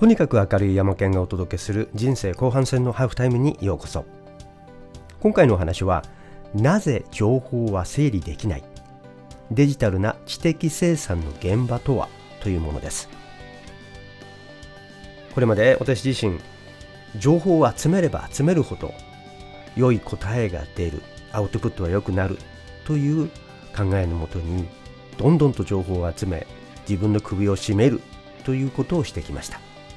とにかく明るい山県がお届けする人生後半戦のハーフタイムにようこそ。今回のお話は、なぜ情報は整理できない？デジタルな知的生産の現場とはというものです。これまで私自身、情報を集めれば集めるほど良い答えが出る、アウトプットは良くなるという考えのもとに、どんどんと情報を集め、自分の首を絞めるということをしてきました。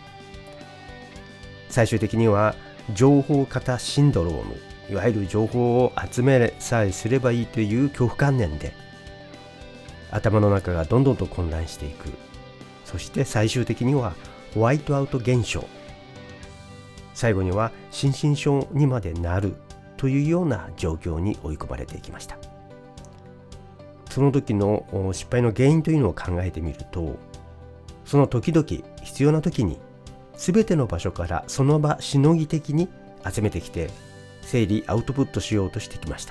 最終的には情報型シンドローム、いわゆる情報を集めさえすればいいという恐怖観念で、頭の中がどんどんと混乱していく。そして最終的にはホワイトアウト現象、最後には心身症にまでなるというような状況に追い込まれていきました。その時の失敗の原因というのを考えてみると、その時々必要な時に全ての場所からその場しのぎ的に集めてきて、整理アウトプットしようとしてきました。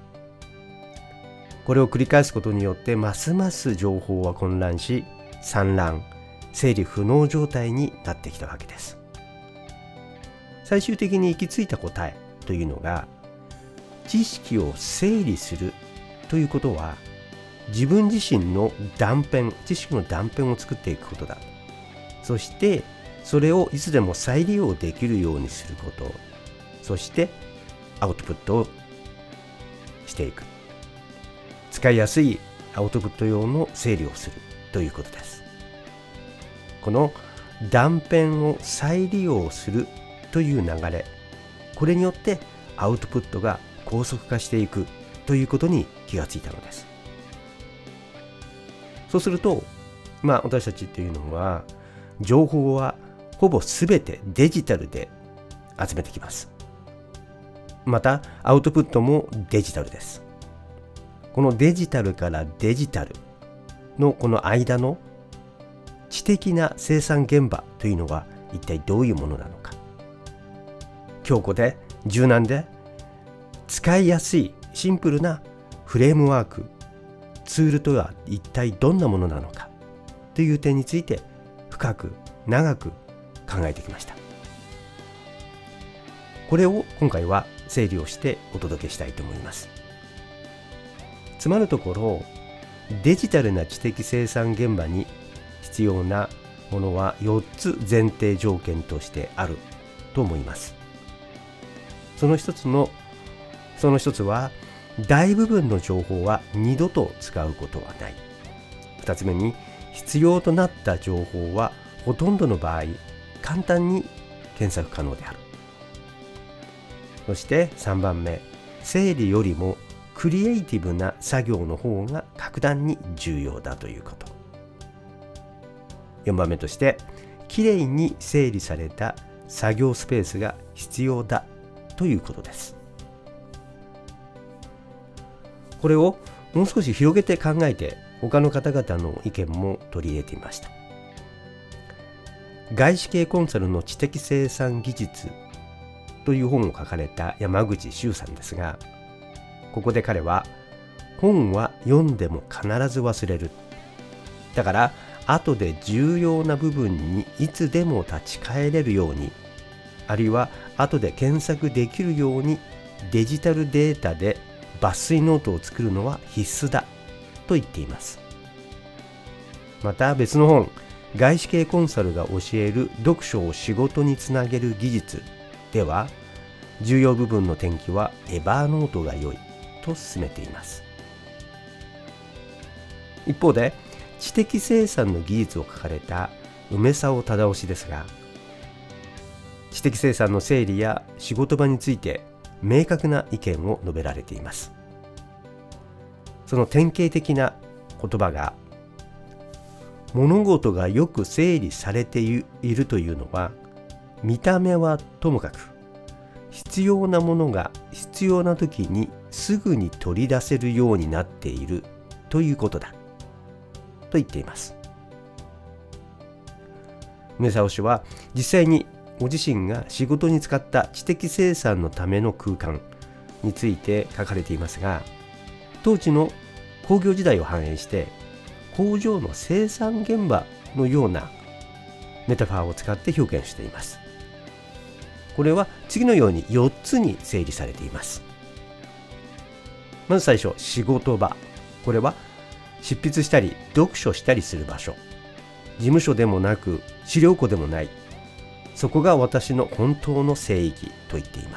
これを繰り返すことによって、ますます情報は混乱し、散乱、整理不能状態になってきたわけです。最終的に行き着いた答えというのが、知識を整理するということは、自分自身の断片、知識の断片を作っていくことだ。そしてそれをいつでも再利用できるようにすること、そしてアウトプットをしていく。使いやすいアウトプット用の整理をするということです。この断片を再利用するという流れ、これによってアウトプットが高速化していくということに気がついたのです。そうすると、私たちというのは、情報はほぼ全てデジタルで集めてきます。またアウトプットもデジタルです。このデジタルからデジタルのこの間の知的な生産現場というのは一体どういうものなのか。強固で柔軟で使いやすいシンプルなフレームワーク、ツールとは一体どんなものなのかという点について深く長く考えてきました。これを今回は整理をしてお届けしたいと思います。つまるところ、デジタルな知的生産現場に必要なものは4つ前提条件としてあると思います。その一つは、大部分の情報は二度と使うことはない。2つ目に、必要となった情報はほとんどの場合簡単に検索可能である。そして3番目、整理よりもクリエイティブな作業の方が格段に重要だということ。4番目として、きれいに整理された作業スペースが必要だということです。これをもう少し広げて考えて、他の方々の意見も取り入れてみました。外資系コンサルの知的生産技術という本を書かれた山口周さんですが、ここで彼は、本は読んでも必ず忘れる。だから後で重要な部分にいつでも立ち返れるように、あるいは後で検索できるようにデジタルデータで抜粋ノートを作るのは必須だと言っています。また別の本、外資系コンサルが教える読書を仕事につなげる技術では、重要部分の転記はエバーノートが良いと勧めています。一方で、知的生産の技術を書かれた梅沢忠夫氏ですが、知的生産の整理や仕事場について明確な意見を述べられています。その典型的な言葉が、物事がよく整理されているというのは、見た目はともかく必要なものが必要な時にすぐに取り出せるようになっているということだと言っています。梅沢氏は実際にご自身が仕事に使った知的生産のための空間について書かれていますが、当時の工業時代を反映して、工場の生産現場のようなメタファーを使って表現しています。これは次のように4つに整理されています。まず最初、仕事場。これは執筆したり読書したりする場所。事務所でもなく資料庫でもない。そこが私の本当の聖域と言っています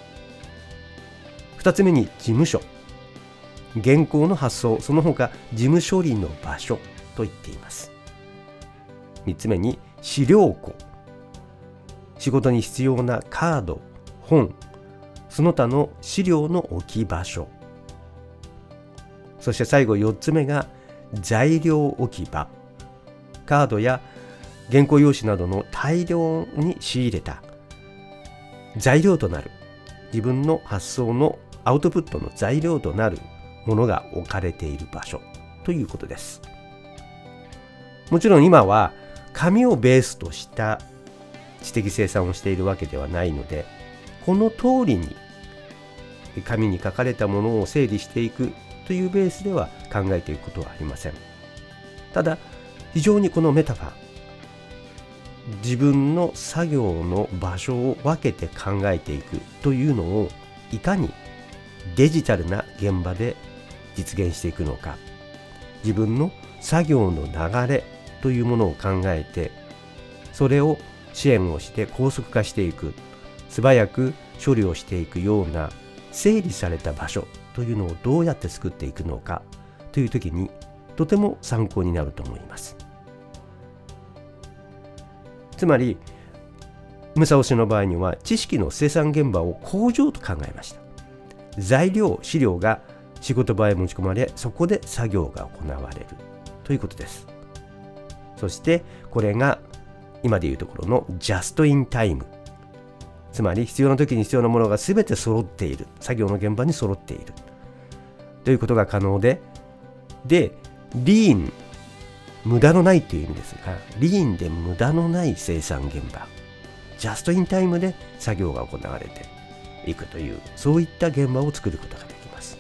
。2つ目に事務所。原稿の発送、その他事務処理の場所と言っています。3つ目に資料庫。仕事に必要なカード、本、その他の資料の置き場所。そして最後4つ目が材料置き場。カードや原稿用紙などの大量に仕入れた材料となる、自分の発想のアウトプットの材料となるものが置かれている場所ということです。もちろん今は紙をベースとした知的生産をしているわけではないので、この通りに紙に書かれたものを整理していくというベースでは考えていくことはありません。ただ非常にこのメタファー、自分の作業の場所を分けて考えていくというのをいかにデジタルな現場で実現していくのか、自分の作業の流れというものを考えて、それを支援をして高速化していく、素早く処理をしていくような整理された場所というのをどうやって作っていくのかという時にとても参考になると思います。つまりムサオ氏の場合には知識の生産現場を工場と考えました。材料、資料が仕事場へ持ち込まれ、そこで作業が行われるということです。そしてこれが今でいうところのジャストインタイム、つまり必要な時に必要なものが全て揃っている、作業の現場に揃っているということが可能で、リーン、無駄のないという意味ですが、リーンで無駄のない生産現場、ジャストインタイムで作業が行われていくという、そういった現場を作ることができます。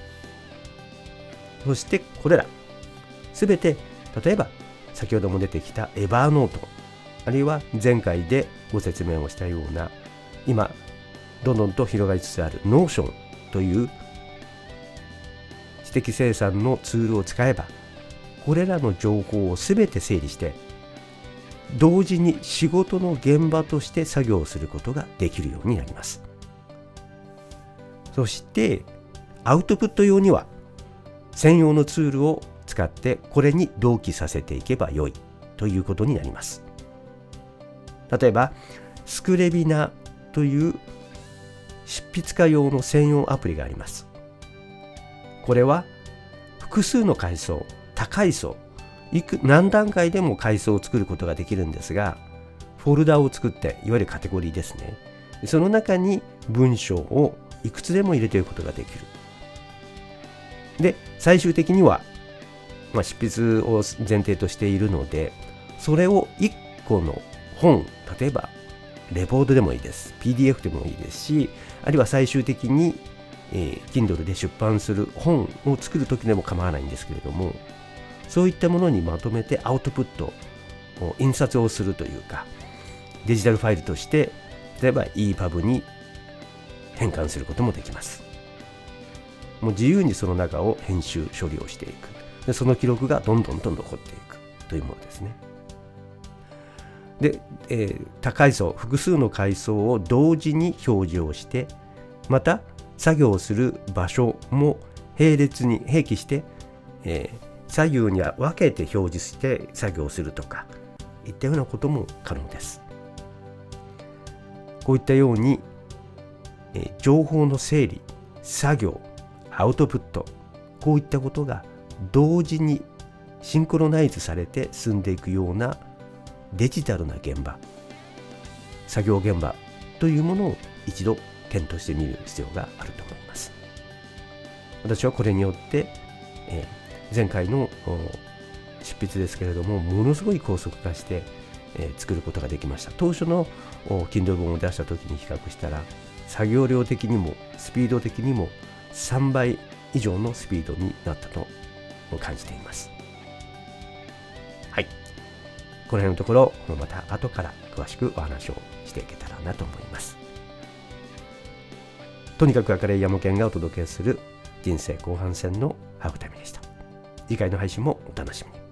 そしてこれら全て、例えば先ほども出てきたエバーノート、あるいは前回でご説明をしたような今どんどんと広がりつつあるノーションという知的生産のツールを使えば、これらの情報を全て整理して同時に仕事の現場として作業することができるようになります。そしてアウトプット用には専用のツールを使ってこれに同期させていけばよいということになります。例えばスクレビナという執筆家用の専用アプリがあります。これは複数の階層、多階層、何段階でも階層を作ることができるんですが、フォルダを作って、いわゆるカテゴリーですね、その中に文章をいくつでも入れていくことができる。で最終的には、執筆を前提としているので、それを1個の本、例えばレポートでもいいです、 PDF でもいいですし、あるいは最終的に、Kindle で出版する本を作る時でも構わないんですけれども、そういったものにまとめてアウトプットを印刷をするというか、デジタルファイルとして例えば EPUB に変換することもできます。もう自由にその中を編集処理をしていく。でその記録がどんどんと残っていくというものですね。で、多階層、複数の階層を同時に表示をして、また作業する場所も並列に併記して、左右には分けて表示して作業するとかいったようなことも可能です。こういったように、情報の整理、作業、アウトプット、こういったことが同時にシンクロナイズされて進んでいくようなデジタルな現場、作業現場というものを一度検討してみる必要があると思います。私はこれによって、前回の執筆ですけれども、ものすごい高速化して、作ることができました。当初の Kindle 本を出した時に比較したら、作業量的にもスピード的にも3倍以上のスピードになったと感じています。はい。 この辺のところまた後から詳しくお話をしていけたらなと思います。とにかく明るい山県がお届けする人生後半戦のハーフタイムでした。次回の配信もお楽しみに。